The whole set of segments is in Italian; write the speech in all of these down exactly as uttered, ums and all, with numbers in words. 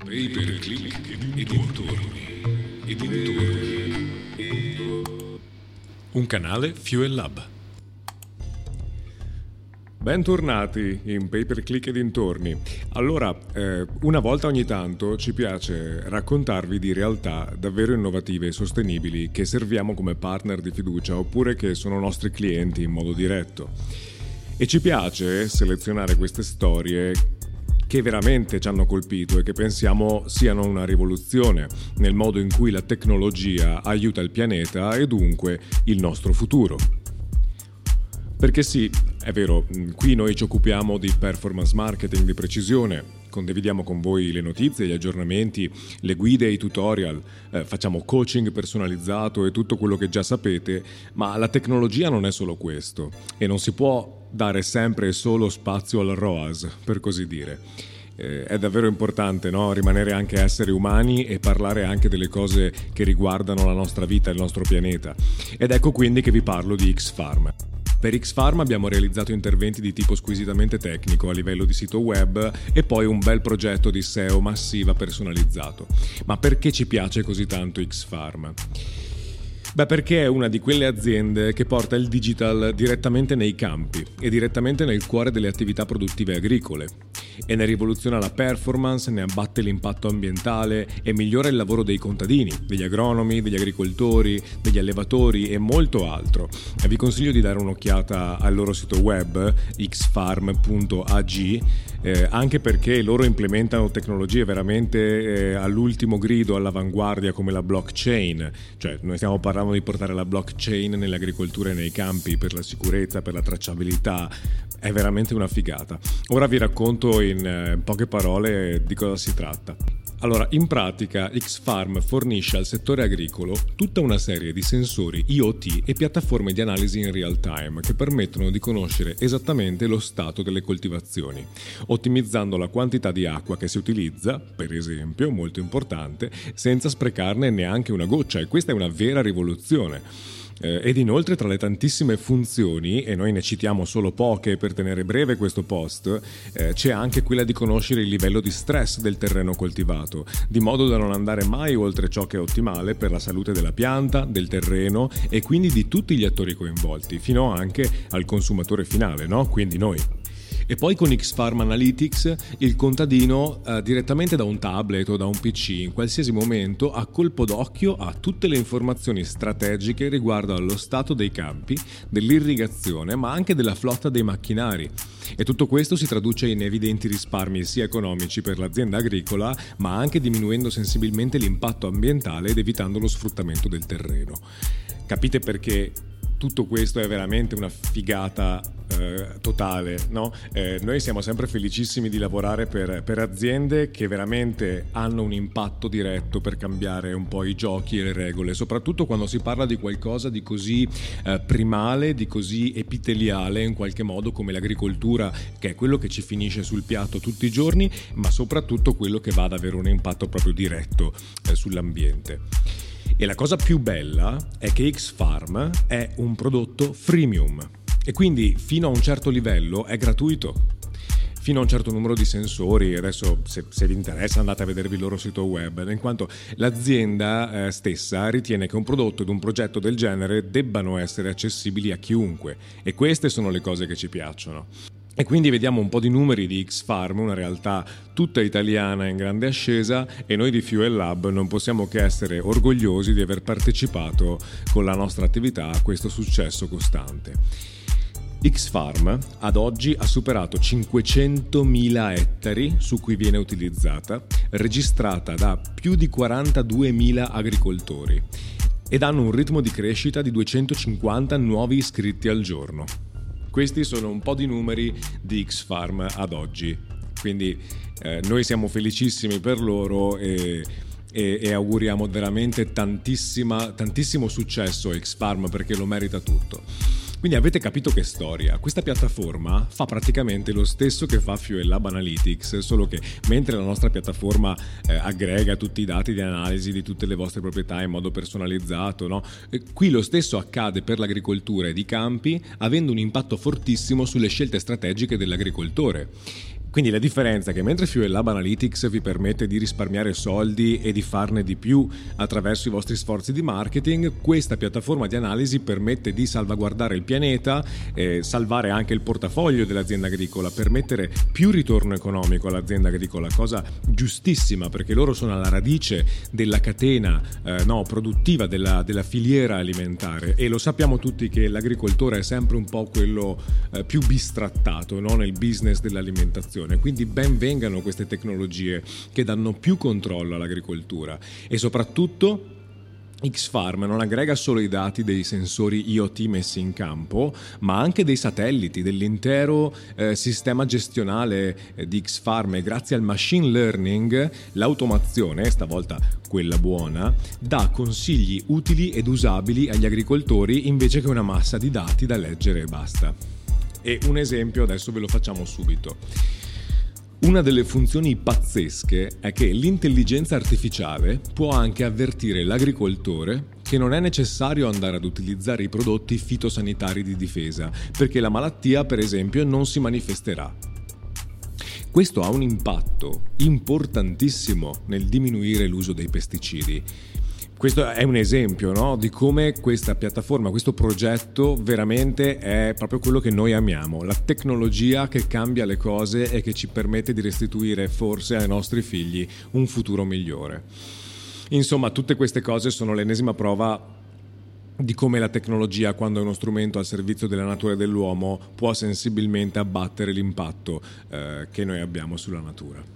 Paperclip e dintorni. E dintorni. Un canale Fuel Lab. Bentornati in Paperclip e dintorni. Allora, eh, una volta ogni tanto ci piace raccontarvi di realtà davvero innovative e sostenibili che serviamo come partner di fiducia oppure che sono nostri clienti in modo diretto. E ci piace selezionare queste storie che veramente ci hanno colpito e che pensiamo siano una rivoluzione nel modo in cui la tecnologia aiuta il pianeta e dunque il nostro futuro. Perché sì, è vero, qui noi ci occupiamo di performance marketing di precisione, condividiamo con voi le notizie, gli aggiornamenti, le guide e i tutorial, eh, facciamo coaching personalizzato e tutto quello che già sapete, ma la tecnologia non è solo questo e non si può dare sempre e solo spazio al R O A S, per così dire. Eh, è davvero importante, no? Rimanere anche esseri umani e parlare anche delle cose che riguardano la nostra vita e il nostro pianeta. Ed ecco quindi che vi parlo di X-Farm. Per X-Farm abbiamo realizzato interventi di tipo squisitamente tecnico a livello di sito web e poi un bel progetto di S E O massiva personalizzato. Ma perché ci piace così tanto X-Farm? Beh, perché è una di quelle aziende che porta il digital direttamente nei campi e direttamente nel cuore delle attività produttive agricole. E ne rivoluziona la performance, ne abbatte l'impatto ambientale e migliora il lavoro dei contadini, degli agronomi, degli agricoltori, degli allevatori e molto altro. E vi consiglio di dare un'occhiata al loro sito web x farm punto a g, eh, anche perché loro implementano tecnologie veramente eh, all'ultimo grido, all'avanguardia, come la blockchain. Cioè, noi stiamo parlando di portare la blockchain nell'agricoltura e nei campi per la sicurezza, per la tracciabilità. È veramente una figata. Ora vi racconto in eh, poche parole di cosa si tratta. Allora, in pratica X-Farm fornisce al settore agricolo tutta una serie di sensori I O T e piattaforme di analisi in real time che permettono di conoscere esattamente lo stato delle coltivazioni, ottimizzando la quantità di acqua che si utilizza, per esempio, molto importante, senza sprecarne neanche una goccia, e questa è una vera rivoluzione. Eh, ed inoltre, tra le tantissime funzioni, e noi ne citiamo solo poche per tenere breve questo post, eh, c'è anche quella di conoscere il livello di stress del terreno coltivato, di modo da non andare mai oltre ciò che è ottimale per la salute della pianta, del terreno e quindi di tutti gli attori coinvolti, fino anche al consumatore finale, no? Quindi noi. E poi con X-Farm Analytics il contadino eh, direttamente da un tablet o da un P C in qualsiasi momento a colpo d'occhio ha tutte le informazioni strategiche riguardo allo stato dei campi, dell'irrigazione ma anche della flotta dei macchinari. E tutto questo si traduce in evidenti risparmi sia economici per l'azienda agricola ma anche diminuendo sensibilmente l'impatto ambientale ed evitando lo sfruttamento del terreno. Capite perché tutto questo è veramente una figata eh, totale, no? Eh, noi siamo sempre felicissimi di lavorare per, per aziende che veramente hanno un impatto diretto per cambiare un po' i giochi e le regole, soprattutto quando si parla di qualcosa di così eh, primale, di così epiteliale in qualche modo come l'agricoltura, che è quello che ci finisce sul piatto tutti i giorni, ma soprattutto quello che va ad avere un impatto proprio diretto eh, sull'ambiente. E la cosa più bella è che X-Farm è un prodotto freemium e quindi fino a un certo livello è gratuito. Fino a un certo numero di sensori, adesso se, se vi interessa andate a vedervi il loro sito web, in quanto l'azienda eh, stessa ritiene che un prodotto ed un progetto del genere debbano essere accessibili a chiunque, e queste sono le cose che ci piacciono. E quindi vediamo un po' di numeri di X-Farm, una realtà tutta italiana in grande ascesa, e noi di Fuel Lab non possiamo che essere orgogliosi di aver partecipato con la nostra attività a questo successo costante. X-Farm ad oggi ha superato cinquecentomila ettari su cui viene utilizzata, registrata da più di quarantaduemila agricoltori, ed hanno un ritmo di crescita di duecentocinquanta nuovi iscritti al giorno. Questi sono un po' di numeri di X-Farm ad oggi, quindi eh, noi siamo felicissimi per loro e, e, e auguriamo veramente tantissima, tantissimo successo a X-Farm, perché lo merita tutto. Quindi avete capito che storia. Questa piattaforma fa praticamente lo stesso che fa Fuel Lab Analytics, solo che mentre la nostra piattaforma eh, aggrega tutti i dati di analisi di tutte le vostre proprietà in modo personalizzato, no? E qui lo stesso accade per l'agricoltura ed i campi, avendo un impatto fortissimo sulle scelte strategiche dell'agricoltore. Quindi la differenza è che mentre Fuel Lab Analytics vi permette di risparmiare soldi e di farne di più attraverso i vostri sforzi di marketing, questa piattaforma di analisi permette di salvaguardare il pianeta, eh, salvare anche il portafoglio dell'azienda agricola, permettere più ritorno economico all'azienda agricola, cosa giustissima perché loro sono alla radice della catena eh, no, produttiva della, della filiera alimentare, e lo sappiamo tutti che l'agricoltore è sempre un po' quello eh, più bistrattato, no, nel business dell'alimentazione. Quindi ben vengano queste tecnologie che danno più controllo all'agricoltura, e soprattutto X-Farm non aggrega solo i dati dei sensori I O T messi in campo, ma anche dei satelliti, dell'intero eh, sistema gestionale eh, di X-Farm, e grazie al machine learning l'automazione, stavolta quella buona, dà consigli utili ed usabili agli agricoltori invece che una massa di dati da leggere e basta. E un esempio adesso ve lo facciamo subito. Una delle funzioni pazzesche è che l'intelligenza artificiale può anche avvertire l'agricoltore che non è necessario andare ad utilizzare i prodotti fitosanitari di difesa, perché la malattia, per esempio, non si manifesterà. Questo ha un impatto importantissimo nel diminuire l'uso dei pesticidi. Questo è un esempio, no, di come questa piattaforma, questo progetto veramente è proprio quello che noi amiamo, la tecnologia che cambia le cose e che ci permette di restituire forse ai nostri figli un futuro migliore. Insomma, tutte queste cose sono l'ennesima prova di come la tecnologia, quando è uno strumento al servizio della natura e dell'uomo, può sensibilmente abbattere l'impatto eh, che noi abbiamo sulla natura.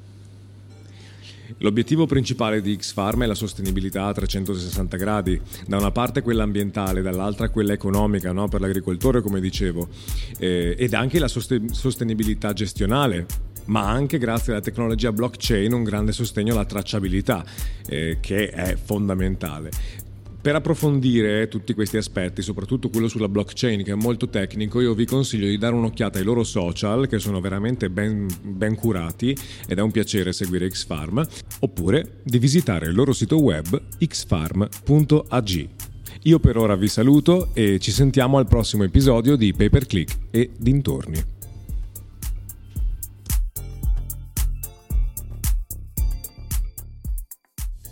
L'obiettivo principale di X-Farm è la sostenibilità a trecentosessanta gradi, da una parte quella ambientale, dall'altra quella economica, no? Per l'agricoltore, come dicevo, eh, ed anche la sosten- sostenibilità gestionale, ma anche grazie alla tecnologia blockchain un grande sostegno alla tracciabilità, eh, che è fondamentale. Per approfondire tutti questi aspetti, soprattutto quello sulla blockchain che è molto tecnico, io vi consiglio di dare un'occhiata ai loro social che sono veramente ben, ben curati ed è un piacere seguire X-Farm, oppure di visitare il loro sito web x farm punto a g. Io per ora vi saluto e ci sentiamo al prossimo episodio di Pay Per Click e dintorni.